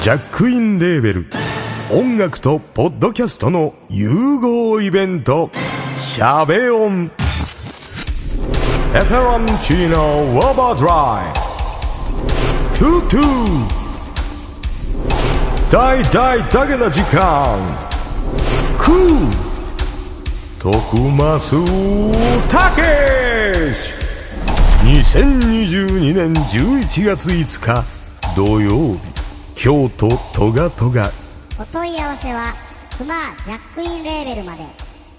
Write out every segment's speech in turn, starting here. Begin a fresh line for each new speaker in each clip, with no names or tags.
ジャックインレーベル音楽とポッドキャストの融合イベントシャベオンエフェロンチーノウォーバードライトゥトゥ大大だけな時間クー徳増たけし2022年11月5日土曜日京都トガトガ
お問い合わせはクマジャックインレーベルまで。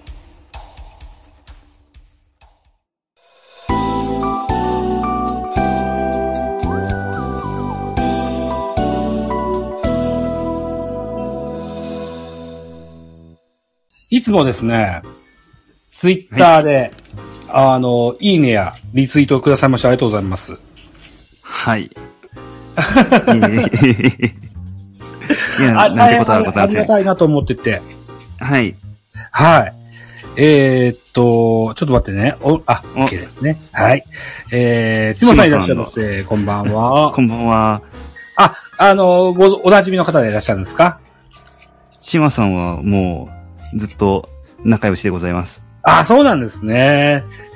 いつもですね、ツイッターで、はい、いいねやリツイートをくださいましてありがとうございます。
はい。いや、なんてことはございません。
ありがたいなと思ってて。
はい。
はい。ちょっと待ってね。OK ですね。はい。ちもさんいらっしゃいませ。こんばんは。
こんばんは。
お馴染みの方でいらっしゃるんですか？
ちまさんはもう、ずっと仲良しでございます。
そうなんですね。と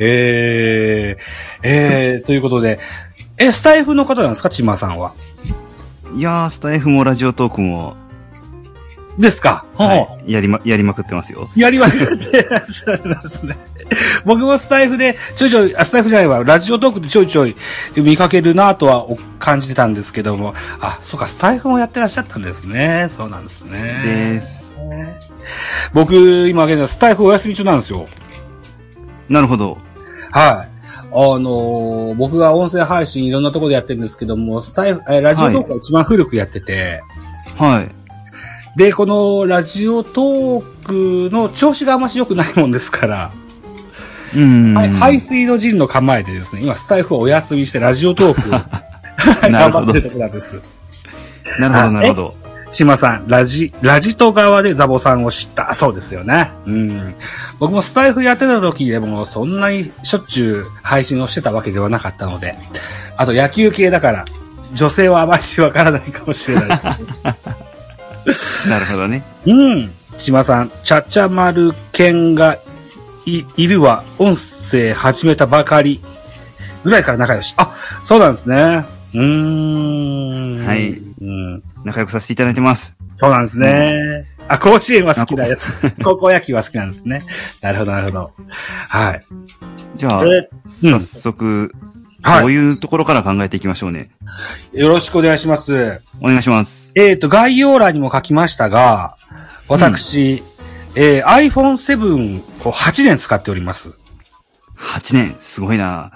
いうことで、スタイフの方なんですか、ちまさんは。
いやー、スタイフもラジオトークも。
ですか。
はい。やりまくってますよ。
やりまくってらっしゃるんですね。僕もスタイフで、ちょいちょい、スタイフじゃないわ、ラジオトークでちょいちょい見かけるなとは感じてたんですけども、そうか、スタイフもやってらっしゃったんですね。そうなんですね。
です。
僕、今現在スタイフお休み中なんですよ。
なるほど。
はい。僕が音声配信いろんなところでやってるんですけども、ラジオトークが一番古くやってて、
はい。
で、このラジオトークの調子があまし良くないもんですから、排水の陣の構えでですね、今スタイフをお休みしてラジオトーク頑張ってるところなんです。
なるほど、なるほど。
島さん、ラジト側でザボさんを知った。そうですよね。僕もスタイフやってた時でもそんなにしょっちゅう配信をしてたわけではなかったので、あと野球系だから、女性はあましわからないかもしれないし。
なるほどね。
島さん、ちゃちゃまるけんがいるわ、音声始めたばかりぐらいから仲良し。そうなんですね。
はい。仲良くさせていただいてます。
そうなんですね。甲子園は好きだよ。高校野球は好きなんですね。なるほど、なるほど。はい。
じゃあ、早速、どういうところから考えていきましょうね。
よろしくお願いします。
お願いします。
概要欄にも書きましたが、私、iPhone7 を8年使っております。
8年、すごいな。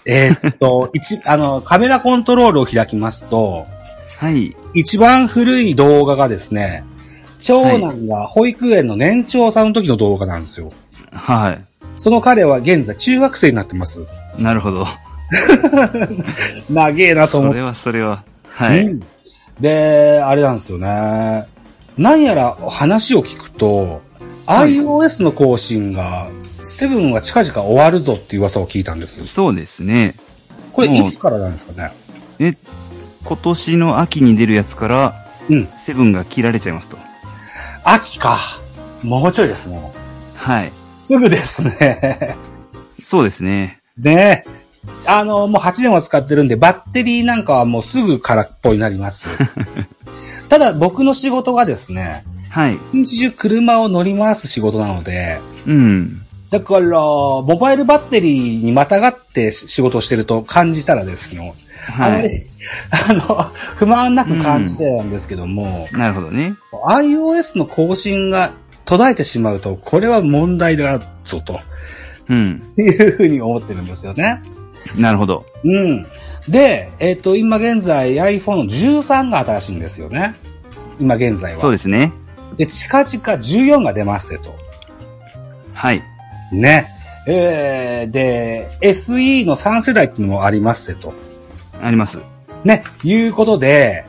カメラコントロールを開きますと、
はい。
一番古い動画がですね、長男が保育園の年長さんの時の動画なんですよ。
はい。
その彼は現在中学生になってます。
なるほど。
長えなと思って。
それは。はい。
で、あれなんですよね。何やら話を聞くと、iOS の更新が、7は近々終わるぞっていう噂を聞いたんです。
そうですね。
これいつからなんですかね？
今年の秋に出るやつから、7が切られちゃいますと。
秋か。もうちょいですね。
はい。
すぐですね。
そうですね。
ねえ。もう8年は使ってるんで、バッテリーなんかはもうすぐ空っぽになります。ただ僕の仕事がですね、
はい。
一日中車を乗り回す仕事なので、だから、モバイルバッテリーにまたがって仕事をしてると感じたらですね、あまり、不満なく感じてたんですけども、
なるほどね。
iOS の更新が途絶えてしまうと、これは問題だぞと。いうふうに思ってるんですよね。
なるほど。
で、今現在 iPhone 13が新しいんですよね。今現在は。
そうですね。
で、近々14が出ますよと。
はい。
ね。で、SE の3世代っていうのもありますよと。
あります。
ね。いうことで、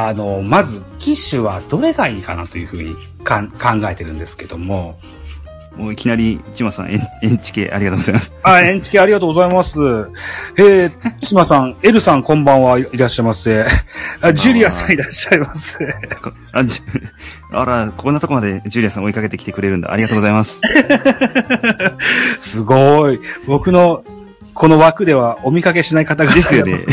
まず、機種はどれがいいかなというふうに考えてるんですけども。
もういきなり、ちまさん、エンチ系ありがとうございます。
エンチ系ありがとうございます。ちまさん、エルさんこんばんはいらっしゃいませ。ジュリアさんいらっしゃいます。
あら、こんなとこまでジュリアさん追いかけてきてくれるんだ。ありがとうございます。
すごい。僕の、この枠ではお見かけしない方が。
ですよね。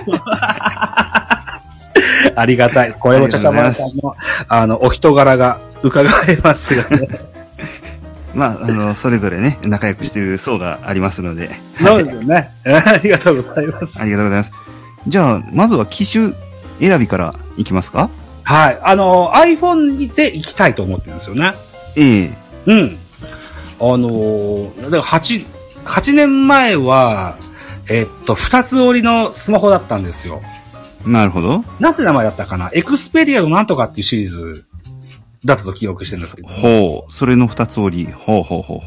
ありがたい。これもちゃちゃまるさんの、お人柄が伺えますよね。
まあ、それぞれね、仲良くしてる層がありますので。
そうですよね。ありがとうございます。
ありがとうございます。じゃあ、まずは機種選びからいきますか？
はい。iPhone にて行きたいと思ってるんですよね。うん。だから8年前は、2つ折りのスマホだったんですよ。
なるほど。
なんて名前だったかな？エクスペリアのなんとかっていうシリーズだったと記憶してるんですけど。
ほう。それの2つ折り。ほう。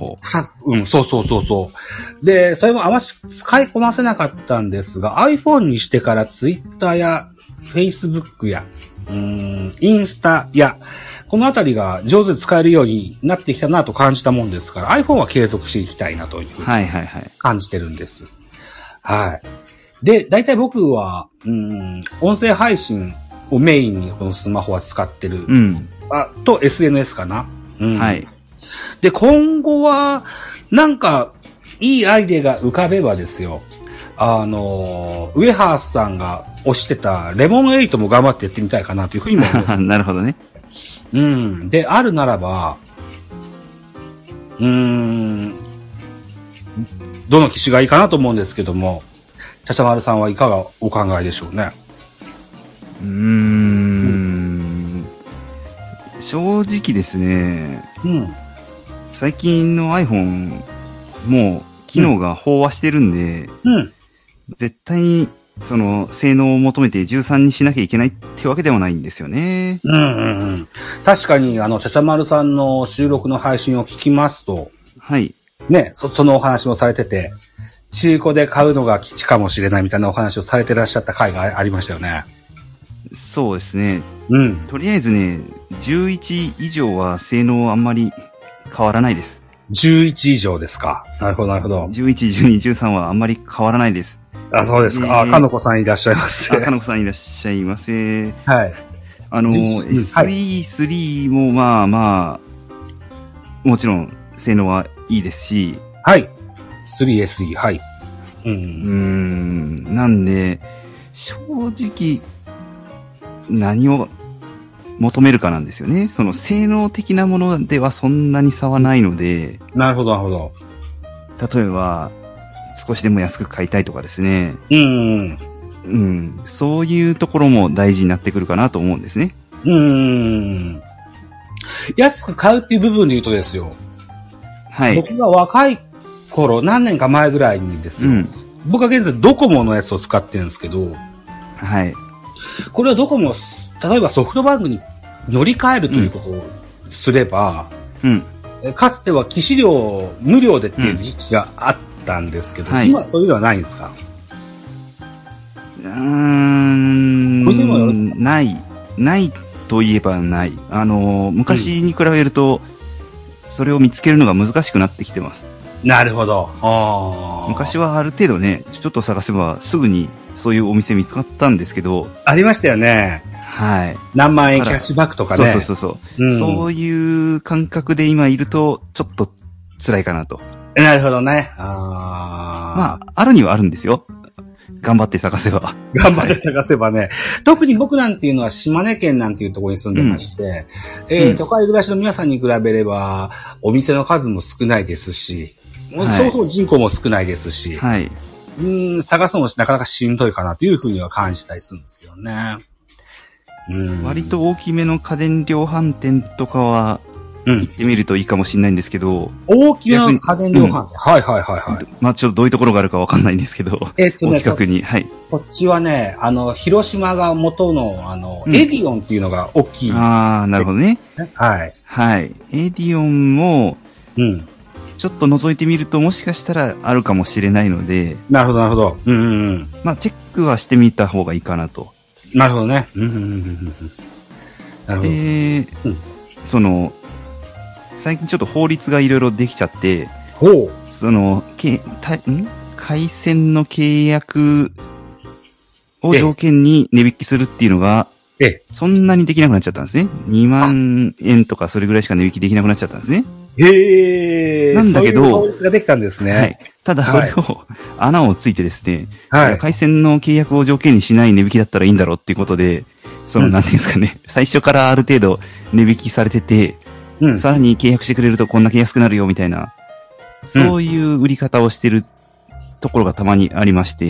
そう。で、それもあまり使いこなせなかったんですが、iPhone にしてから Twitter や Facebook や、インスタや、このあたりが上手に使えるようになってきたなと感じたもんですから、iPhone は継続していきたいなというふうに感じてるんです。はい。で、大体僕は、音声配信をメインにこのスマホは使ってる。と SNS かな。
はい。
で、今後は、なんか、いいアイデアが浮かべばですよ。ウェハースさんが推してたレモン8も頑張ってやってみたいかなというふうにも思う。
なるほどね。
で、あるならば、どの機種がいいかなと思うんですけども、ちゃちゃまるさんはいかがお考えでしょうね。
正直ですね。最近の iPhone もう機能が飽和してるんで、絶対にその性能を求めて13にしなきゃいけないってわけではないんですよね。
確かにちゃちゃまるさんの収録の配信を聞きますと、
はい。
ね、そのお話もされてて、中古で買うのが吉かもしれないみたいなお話をされてらっしゃった回がありましたよね。
そうですね。とりあえずね、11以上は性能あんまり変わらないです。
11以上ですか。なるほど。
11、12、13はあんまり変わらないです。
あ、そうですか。かのこさんいらっしゃいませ。
かのこさんいらっしゃいませ。
はい。
SE3 もまあ、もちろん性能はいいですし。
はい。3SE、はい。
なんで、正直、何を求めるかなんですよね。その性能的なものではそんなに差はないので。
なるほど。
例えば、少しでも安く買いたいとかですね。そういうところも大事になってくるかなと思うんですね。
安く買うっていう部分で言うとですよ。
はい。
僕が若い頃、何年か前ぐらいにですよ。僕は現在ドコモのやつを使ってるんですけど。
はい。
これはドコモ、例えばソフトバンクに乗り換えるということをすれば、かつては機種料無料でっていう時期があったんですけど、今そういうのはないんですか？
ないといえばない。昔に比べると、それを見つけるのが難しくなってきてます。
なるほど。
昔はある程度ね、ちょっと探せばすぐにそういうお店見つかったんですけど。
ありましたよね。
はい。
何万円キャッシュバックとかね。
そう。そういう感覚で今いると、ちょっと辛いかなと。
なるほどね。
まあ、あるにはあるんですよ。頑張って探せば。
ね。特に僕なんていうのは島根県なんていうところに住んでまして、都会暮らしの皆さんに比べれば、お店の数も少ないですし、そうそう人口も少ないですし、探すのもなかなかしんどいかなというふうには感じたりするんですけどね。
割と大きめの家電量販店とかは、行ってみるといいかもしれないんですけど。
大きめの家電量販店、はい。
まあちょっとどういうところがあるかわかんないんですけど。お近くに、はい。
こっちはね、広島が元の、エディオンっていうのが大きい。
なるほどね。
はい。
エディオンも、ちょっと覗いてみるともしかしたらあるかもしれないので。
なるほど。
まあチェックはしてみた方がいいかなと。
なるほどね。なるほど。
その、 最近ちょっと法律がいろいろできちゃって、その、回線の契約を条件に値引きするっていうのが、そんなにできなくなっちゃったんですね。2万円とかそれぐらいしか値引きできなくなっちゃったんですね。なんだけど、
そういう法律ができたんですね。
はい。ただそれを、穴をついてですね、回線の契約を条件にしない値引きだったらいいんだろうっていうことで、なんていうんですかね、最初からある程度値引きされてて、さらに契約してくれるとこんだけ安くなるよみたいな、そういう売り方をしてるところがたまにありまして、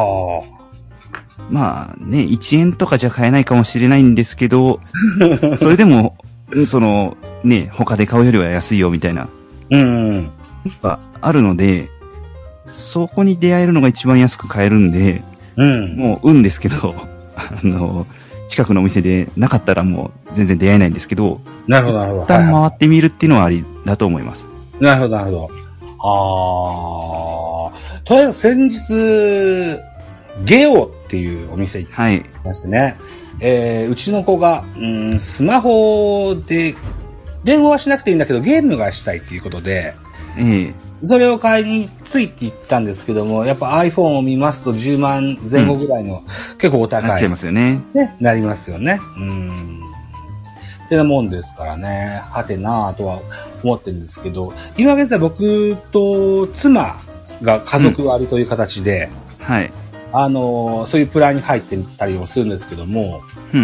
まあね、1円とかじゃ買えないかもしれないんですけど、それでも、ね、他で買うよりは安いよみたいな、があるので、そこに出会えるのが一番安く買えるんで、もう運ですけど、近くのお店でなかったらもう全然出会えないんですけど、
なるほど、なるほど。
一旦回ってみるっていうのはありだと思います。
なるほど、なるほど。とりあえず先日、ゲオっていうお店行ってましてね。うちの子が、スマホで、電話はしなくていいんだけど、ゲームがしたいっていうことで、それを買いについて行ったんですけども、やっぱ iPhone を見ますと10万前後ぐらいの、結構お高い。
なっちゃいますよね。
なりますよね。ってなもんですからね、はてなぁとは思ってるんですけど、今現在僕と妻が家族割という形で、そういうプランに入ってたりもするんですけども、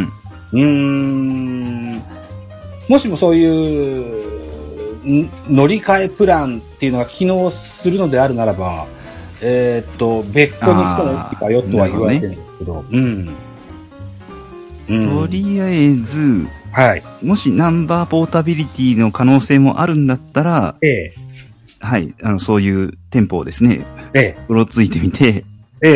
もしもそういう乗り換えプランっていうのが機能するのであるならば、別個にしてもいいかよとは言われてるんですけど、
とりあえず、もしナンバーポータビリティの可能性もあるんだったら、そういう店舗をですね、うろついてみて、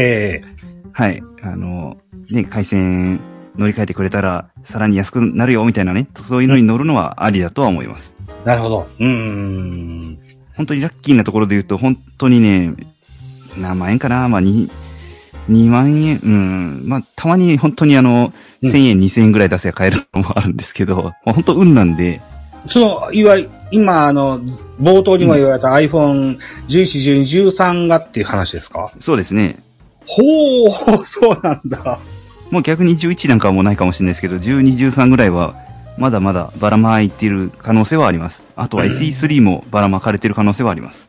回線乗り換えてくれたら、さらに安くなるよ、みたいなね、そういうのに乗るのはありだとは思います。
なるほど。
本当にラッキーなところで言うと、本当にね、何万円かな、まあ、2万円、まあ、たまに本当に1000円、2000円ぐらい出せば買えるのもあるんですけど、本当運なんで。
今、冒頭にも言われた iPhone 11、12、13がっていう話ですか？
そうですね。
そうなんだ。
もう逆に11なんかはもうないかもしれないですけど、12、13ぐらいは、まだまだばらまいている可能性はあります。あとは SE3 もばらまかれている可能性はあります。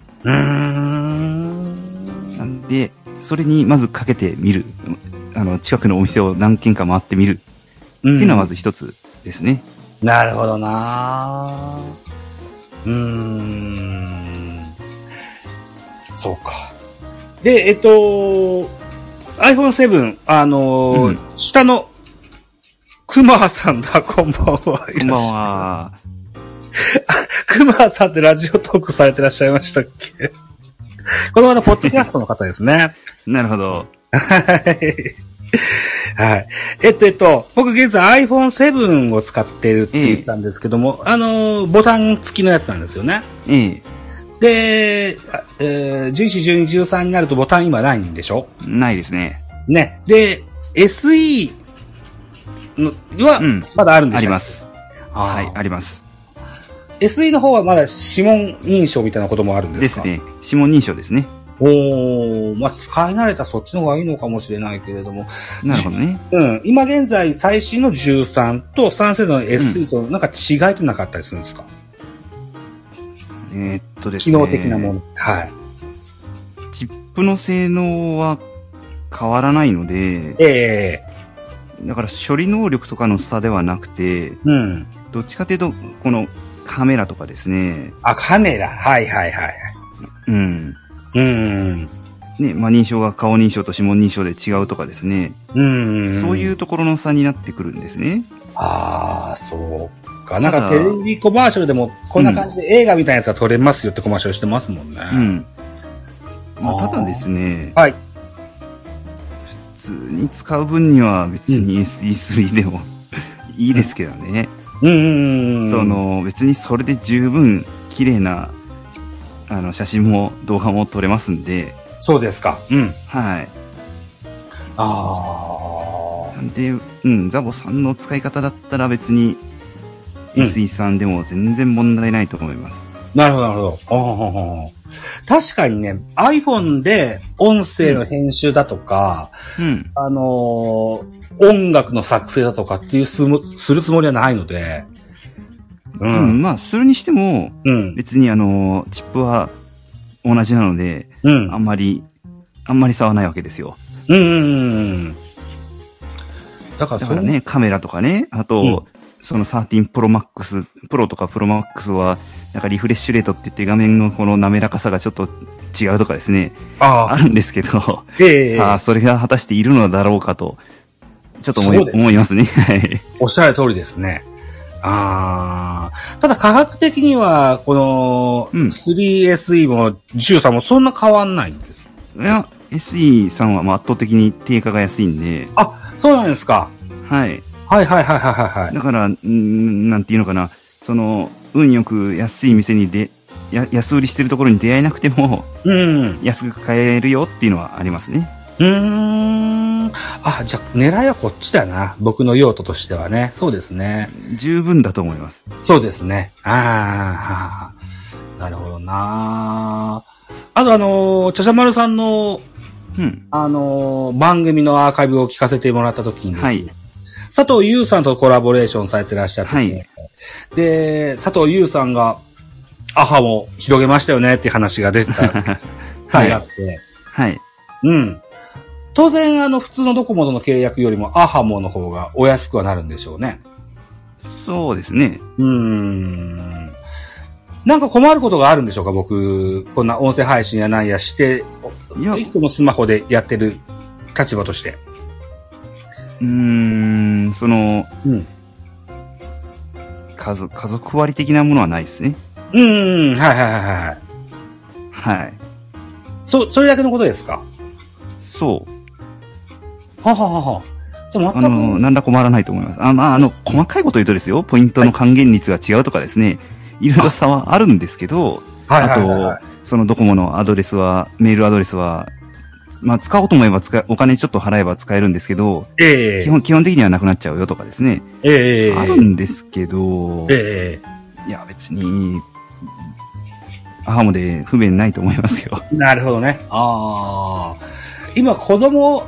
なんで、それにまずかけてみる。近くのお店を何軒か回ってみる。っていうのはまず一つですね。
なるほどなそうか。で、iPhone 7、下の、クマさんだ、こんばんは。
こんばんは。
クマさんってラジオトークされてらっしゃいましたっけ？この方、ポッドキャストの方ですね。
なるほど。
はい。僕現在 iPhone 7を使ってるって言ったんですけども、ボタン付きのやつなんですよね。で、11、12、13になるとボタン今ないんでしょ？
ないですね。
ね。で、SE は、まだあるんでしょ？
あります。はい、あります。
SE の方はまだ指紋認証みたいなこともあるんですか？
ですね。指紋認証ですね。
まあ、使い慣れたそっちの方がいいのかもしれないけれども。
なるほどね。
今現在最新の13と3世代の SE となんか違いってなかったりするんですか？
ですね。
機能的なもの。はい。
チップの性能は変わらないので、だから処理能力とかの差ではなくて、どっちかというと、このカメラとかですね。
カメラ。はい。
ね、まあ、認証が顔認証と指紋認証で違うとかですね。そういうところの差になってくるんですね。
そうか。なんかテレビコマーシャルでもこんな感じで映画みたいなやつが撮れますよってコマーシャルしてますもんね。
まあ、ただですね。
はい。
普通に使う分には別に SE3 でもいいですけどね。別にそれで十分綺麗な写真も動画も撮れますんで。
そうですか。
はい。なんで、ザボさんの使い方だったら別に SE さんでも全然問題ないと思います。
なるほど、なるほど。確かにね、iPhone で音声の編集だとか、音楽の作成だとかっていうするつもりはないので、
まあ、するにしても、別にチップは同じなので、あんまり差はないわけですよ。だからね、カメラとかね、あと、その13 Pro Max、プロとか Pro Max は、なんかリフレッシュレートって言って画面のこの滑らかさがちょっと違うとかですね。あるんですけど、さあ、それが果たしているのだろうかと、ちょっと思いますね。はい。
おっしゃる通りですね。ただ価格的には、この 3SE も13もそんな変わんないんです。
いや、SE さんは圧倒的に定価が安いんで。
あ、そうなんですか。
はい。
はい。だ
から、なんていうのかな、運よく安い店に安売りしてるところに出会えなくても、安く買えるよっていうのはありますね。
じゃあ狙いはこっちだな。僕の用途としてはね。そうですね。
十分だと思います。
そうですね。なるほどな。あとちゃちゃまるさんの、番組のアーカイブを聞かせてもらった時にですね、佐藤優さんとコラボレーションされてらっしゃって、で、佐藤優さんが、アハも広げましたよねっていう話が出てた回があって、当然、普通のドコモとの契約よりもアハモの方がお安くはなるんでしょうね。
そうですね。
なんか困ることがあるんでしょうか、僕、こんな音声配信やなんやして、一個のスマホでやってる立場として。
家族割的なものはないですね。
はい。それだけのことですか？
そう。
じゃ
全く何ら困らないと思います。細かいこと言うとですよ、ポイントの還元率が違うとかですね、いろいろ差はあるんですけど、あと、そのドコモのメールアドレスは、まあ、使おうと思えばお金ちょっと払えば使えるんですけど、基本的にはなくなっちゃうよとかですね。あるんですけど、いや、別に、アハモで不便ないと思いますよ。
なるほどね。今、子育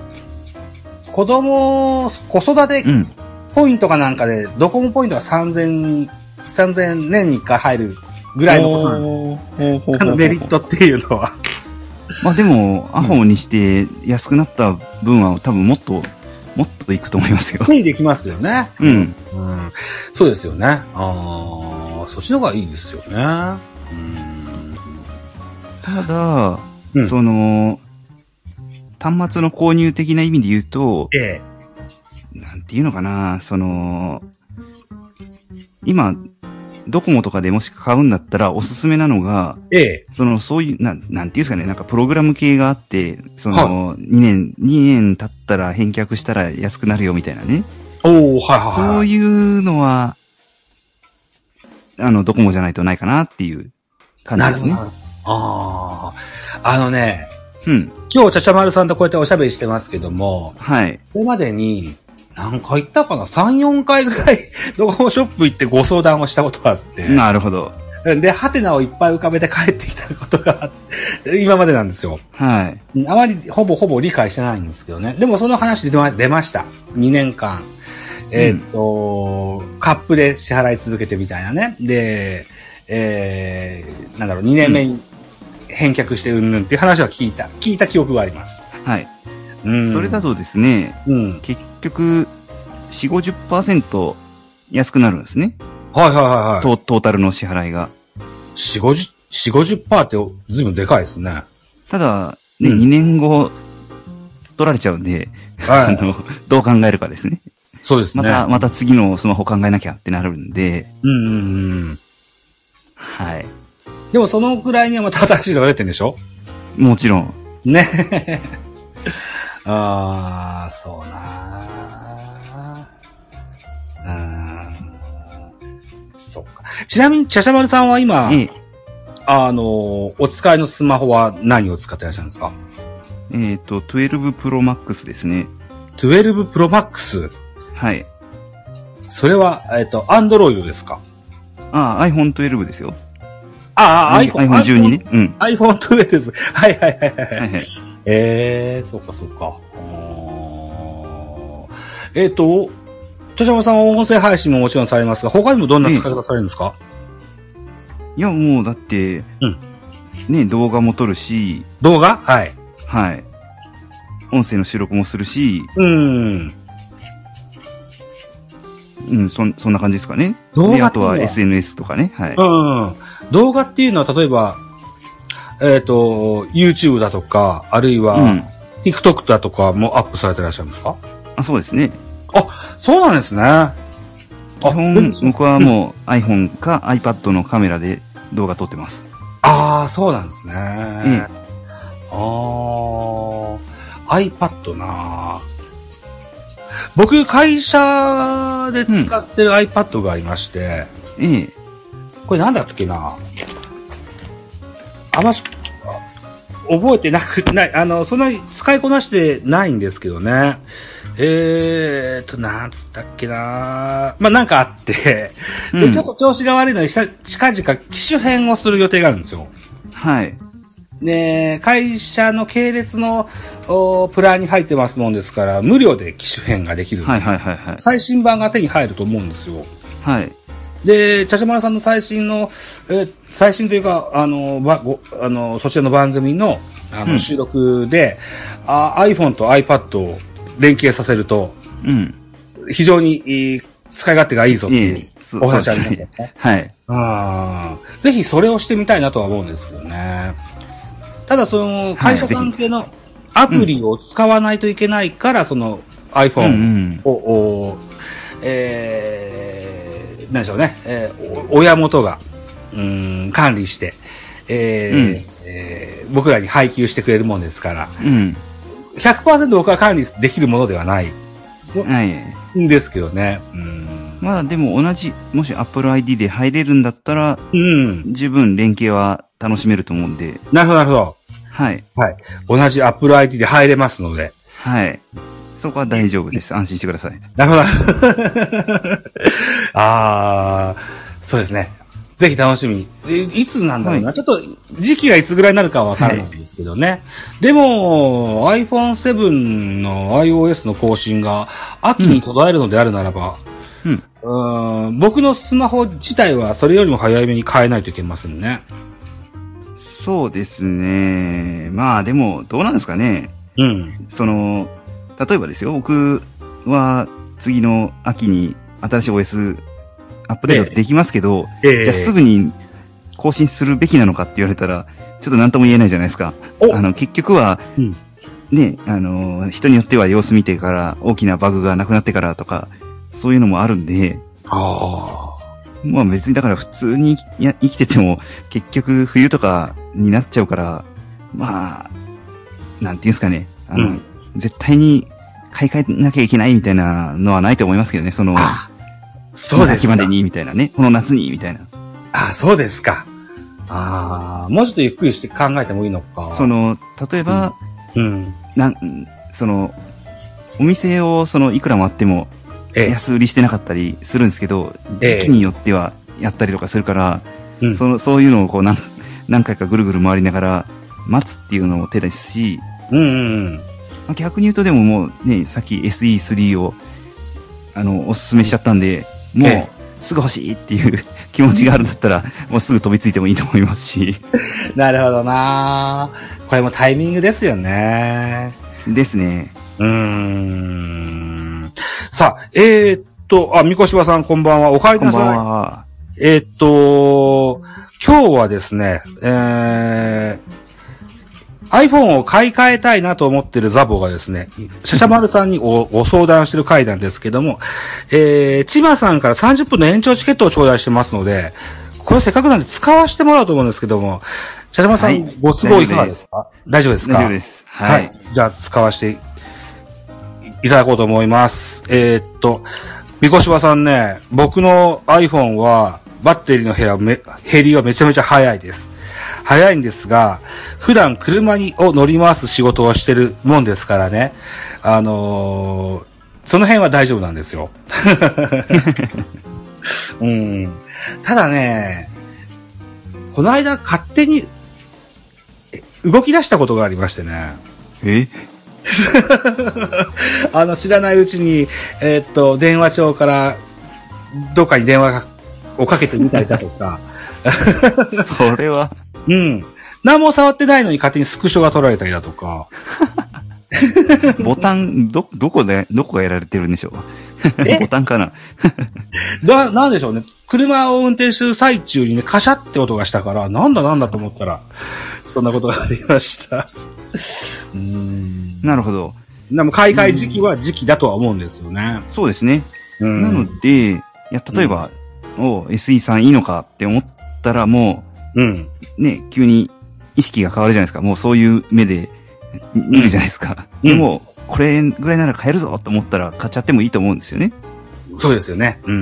てポイントかなんかで、ドコモポイントが3000年に1回入るぐらいのことなんです。メリットっていうのは。
まあでも、アホにして安くなった分は多分もっといくと思いますよ。
手にできますよね。そうですよね。そっちの方がいいですよね。
ただ、端末の購入的な意味で言うと、なんていうのかな、今、ドコモとかでもし買うんだったらおすすめなのが、そういう、なんていうんですかね、なんかプログラム系があって、2年経ったら返却したら安くなるよみたいなね。そういうのは、ドコモじゃないとないかなっていう感じですね。
今日ちゃちゃまるさんとこうやっておしゃべりしてますけども、これまでに、何回行ったかな ?3、4回ぐらいドコモショップ行ってご相談をしたことがあって。
なるほど。
で、ハテナをいっぱい浮かべて帰ってきたことがあって、今までなんですよ。あまりほぼ理解してないんですけどね。でもその話出ました。2年間。カップで支払い続けてみたいなね。で、2年目に返却してうんぬんっていう話は聞いた記憶があります。
それだとですね、結局、4、50% 安くなるんですね。トータルの支払いが。
4、50% って随分でかいですね。
ただ、2年後、取られちゃうんで、どう考えるかですね。
そうですね。
また次のスマホ考えなきゃってなるんで。
でもそのくらいにはまた新しいのが出てるんでしょ？
もちろん。
ね。そうなそっか。ちなみに、ちゃちゃまるさんは今、お使いのスマホは何を使ってらっしゃるんですか
？12 Pro Max ですね。
12 Pro Max？
はい。
それは、Android ですか？
iPhone 12ですよ。
iPhone
12ね。うん。
iPhone 12。はいはいはいはい。そうかそうか。茶々さんは音声配信ももちろんされますが、他にもどんな使い方されるんですか？
いや、もうだって、ね、動画も撮るし。
動画？はい。
はい。音声の収録もするし。そんな感じですかね。
動画
あとは SNS とかね。はい。
動画っていうのは、例えば、YouTube だとか、あるいは、TikTok だとかもアップされてらっしゃるんですか？
そうですね。
そうなんですね。
基本、僕はもう iPhone か iPad のカメラで動画撮ってます。
そうなんですね。iPad なぁ。僕、会社で使ってる iPad がありまして、これなんだったっけな、あんまし、覚えてない、そんなに使いこなしてないんですけどね。なんつったっけな、なんかあって、で、ちょっと調子が悪いので、近々機種変をする予定があるんですよ。
はい。
で、会社の系列のプランに入ってますもんですから、無料で機種変ができるんです。最新版が手に入ると思うんですよ。
はい。
で、茶々丸さんの最新というか、そちらの番組の、収録で、iPhone と iPad を連携させると、非常に使い勝手がいいぞっていうお話ありますよね。
はい。
ぜひそれをしてみたいなとは思うんですけどね。ただ会社関係のアプリを使わないといけないから、iPhone を、何でしょうね、親元が、管理して、僕らに配給してくれるもんですから、100% 僕は管理できるものではない。んですけどね。
でももし Apple ID で入れるんだったら、十分連携は楽しめると思うんで。
なるほど、なるほど。
はい。
はい。同じ Apple ID で入れますので。
はい。そこは大丈夫です。安心してください。
なるほど。そうですね。ぜひ楽しみに。いつなんだろうな。ちょっと時期がいつぐらいになるかはわからないんですけどね。でも、iPhone 7の iOS の更新が秋に途絶えるのであるならば、僕のスマホ自体はそれよりも早めに変えないといけませんね。
そうですね。でも、どうなんですかね。例えばですよ、僕は次の秋に新しい OS アップデートできますけど、じゃあすぐに更新するべきなのかって言われたら、ちょっと何とも言えないじゃないですか。結局は、ね、人によっては様子見てから大きなバグがなくなってからとか、そういうのもあるんで、別にだから普通に生きてても結局冬とかになっちゃうから、なんていうんですかね、絶対に買い替えなきゃいけないみたいなのはないと思いますけどね、そうですか。秋までにみたいなね、この夏にみたいな。
そうですか。もうちょっとゆっくりして考えてもいいのか。
例えば、お店をいくらもあっても、安売りしてなかったりするんですけど、時期によってはやったりとかするから、そういうのを何回かぐるぐる回りながら待つっていうのも手ですし、逆に言うとでももうね、さっき SE3 をおすすめしちゃったんで、もうすぐ欲しいっていう気持ちがあるんだったら、もうすぐ飛びついてもいいと思いますし。
なるほどなぁ。これもタイミングですよね。
ですね。
さあ、三越柴さんこんばんは。お帰りなさい。こんばんは。今日はですね、iPhone を買い替えたいなと思ってるザボがですね、シャシャマルさんにご相談してる回なんですけども、千葉さんから30分の延長チケットを頂戴してますので、これせっかくなんで使わせてもらおうと思うんですけども、シャシャマルさん、ご都合いかがですか？大丈夫ですか？
大丈夫です。はい。
じゃあ使わせていただこうと思います。三越柴さんね、僕の iPhone はバッテリーの減りはめちゃめちゃ早いです。早いんですが、普段車を乗り回す仕事をしてるもんですからね、その辺は大丈夫なんですよ。 うん。ただね、この間勝手に動き出したことがありましてね。知らないうちに、電話帳からどっかに電話をかけてみたりだとか。
それは。
うん。何も触ってないのに勝手にスクショが取られたりだとか。
ボタン、どこがやられてるんでしょうボタンかな
なんでしょうね。車を運転する最中にね、カシャって音がしたから、なんだと思ったら、そんなことがありました。
なるほど。
でも買い替え時期は時期だとは思うんですよね。
そうですね。なので、例えば、SE さんいいのかって思ったらもう、ね、急に意識が変わるじゃないですか。もうそういう目で見るじゃないですか。でも、これぐらいなら買えるぞと思ったら買っちゃってもいいと思うんですよね。
そうですよね。
で、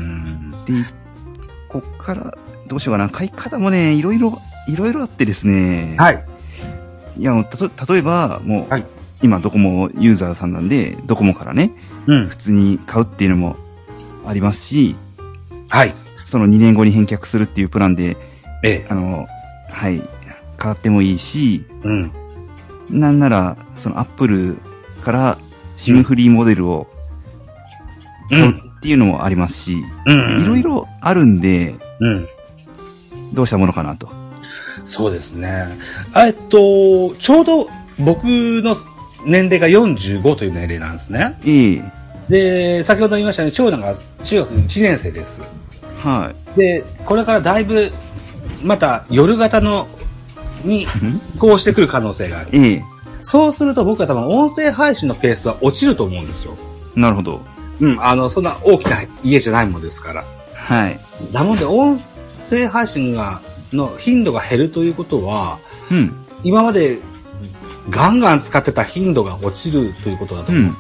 こっから、どうしようかな。買い方もね、いろいろあってですね。
はい。
いや、例えば、もう、今ドコモユーザーさんなんで、ドコモからね、普通に買うっていうのもありますし、
はい。
その2年後に返却するっていうプランで、はい、買ってもいいし、なんなら、そのアップルからシムフリーモデルを買うっていうのもありますし、いろいろあるんで、どうしたものかなと。
そうですね。ちょうど僕の年齢が45という年齢なんですね。で、先ほど言いましたように、長男が中学1年生です。
はい。
で、これからだいぶ、また夜型に移行してくる可能性がある。そうすると僕は多分音声配信のペースは落ちると思うんですよ。
なるほど。
そんな大きな家じゃないもんですから。
はい。
なので音声配信の頻度が減るということは、今までガンガン使ってた頻度が落ちるということだと思う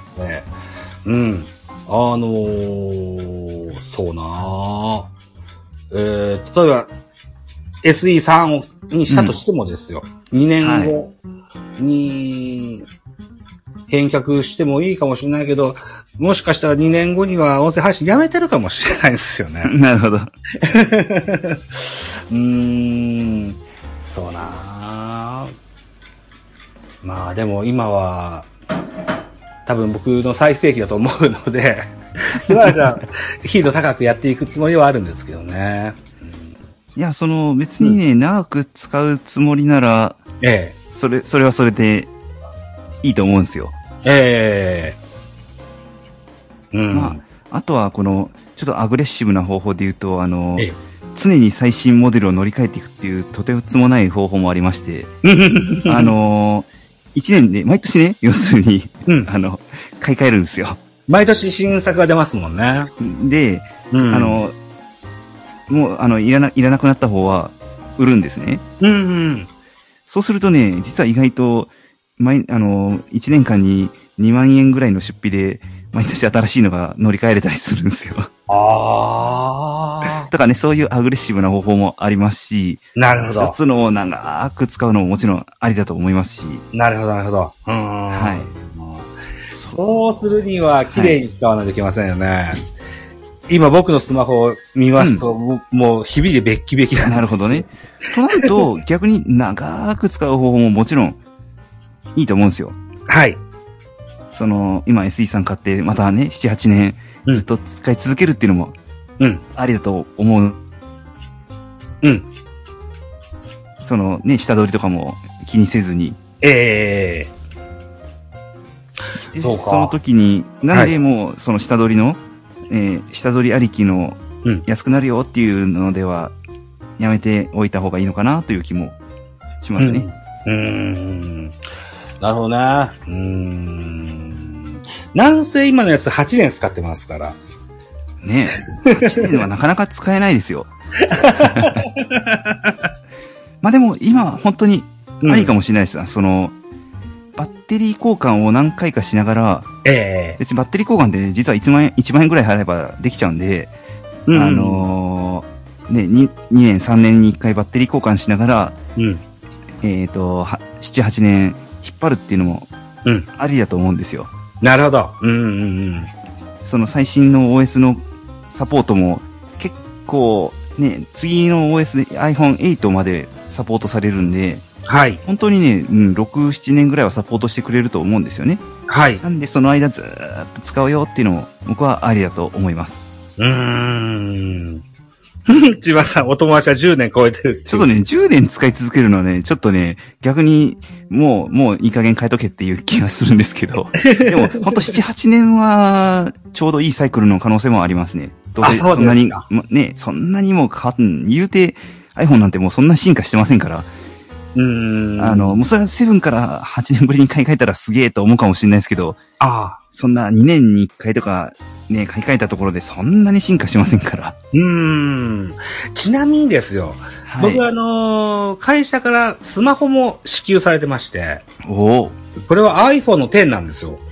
ので、そうな例えば SE3 にしたとしてもですよ。2年後に返却してもいいかもしれないけど、もしかしたら2年後には音声配信やめてるかもしれないですよね。
なるほど。
そうなまあでも今は多分僕の最盛期だと思うので、しばらく頻度高くやっていくつもりはあるんですけどね。
いや、別にね、長く使うつもりなら、それはそれでいいと思うんですよ。まあ、あとはちょっとアグレッシブな方法で言うと、常に最新モデルを乗り換えていくっていうとてつもない方法もありまして、1年で、毎年ね、要するに、買い替えるんですよ。
毎年新作が出ますもんね。
で、もう、いらなくなった方は、売るんですね。そうするとね、実は意外と、1年間に2万円ぐらいの出費で、毎年新しいのが乗り換えれたりするんですよ。だからね、そういうアグレッシブな方法もありますし、
なるほど。
一つのを長く使うのももちろんありだと思いますし。
なるほど、なるほど。
はい。
そうするには、綺麗に使わないといけませんよね。今僕のスマホを見ますと、もう日々でべっきべきなんです。
なるほどね。となると、逆に長く使う方法ももちろんいいと思うんですよ。
はい。
今 SE さん買って、またね、7、8年ずっと使い続けるっていうのも、ありだと思う。下取りとかも気にせずに。
そうか。
その時に、なんでもう、その下取りの、下取りありきの、安くなるよっていうのでは、やめておいた方がいいのかなという気もしますね。
なるほどね。なんせ今のやつ8年使ってますから。
ねえ。8年はなかなか使えないですよ。まあでも今本当にありかもしれないです。バッテリー交換を何回かしながら、別にバッテリー交換って実は1万円ぐらい払えばできちゃうんで、ね、2年3年に1回バッテリー交換しながら、7、8年引っ張るっていうのも、ありだと思うんですよ。
なるほど。
その最新の OS のサポートも結構、ね、次の OS で iPhone 8までサポートされるんで、
はい。
本当にね、6、7年ぐらいはサポートしてくれると思うんですよね。
はい。
なんでその間ずーっと使うよっていうのも僕はありだと思います。
千葉さん、お友達は10年超えてるって。
ちょっとね、10年使い続けるのはね、ちょっとね、逆に、もういい加減変えとけっていう気がするんですけど。でも、ほんと7、8年は、ちょうどいいサイクルの可能性もありますね。どうせそんなに、ね、そんなにも言うて、iPhone なんてもうそんな進化してませんから。もうそれは7から8年ぶりに買い替えたらすげえと思うかもしれないですけど、そんな2年に1回とかね、買い替えたところでそんなに進化しませんから。
ちなみにですよ、はい、僕会社からスマホも支給されてまして、これは iPhone の10なんですよ。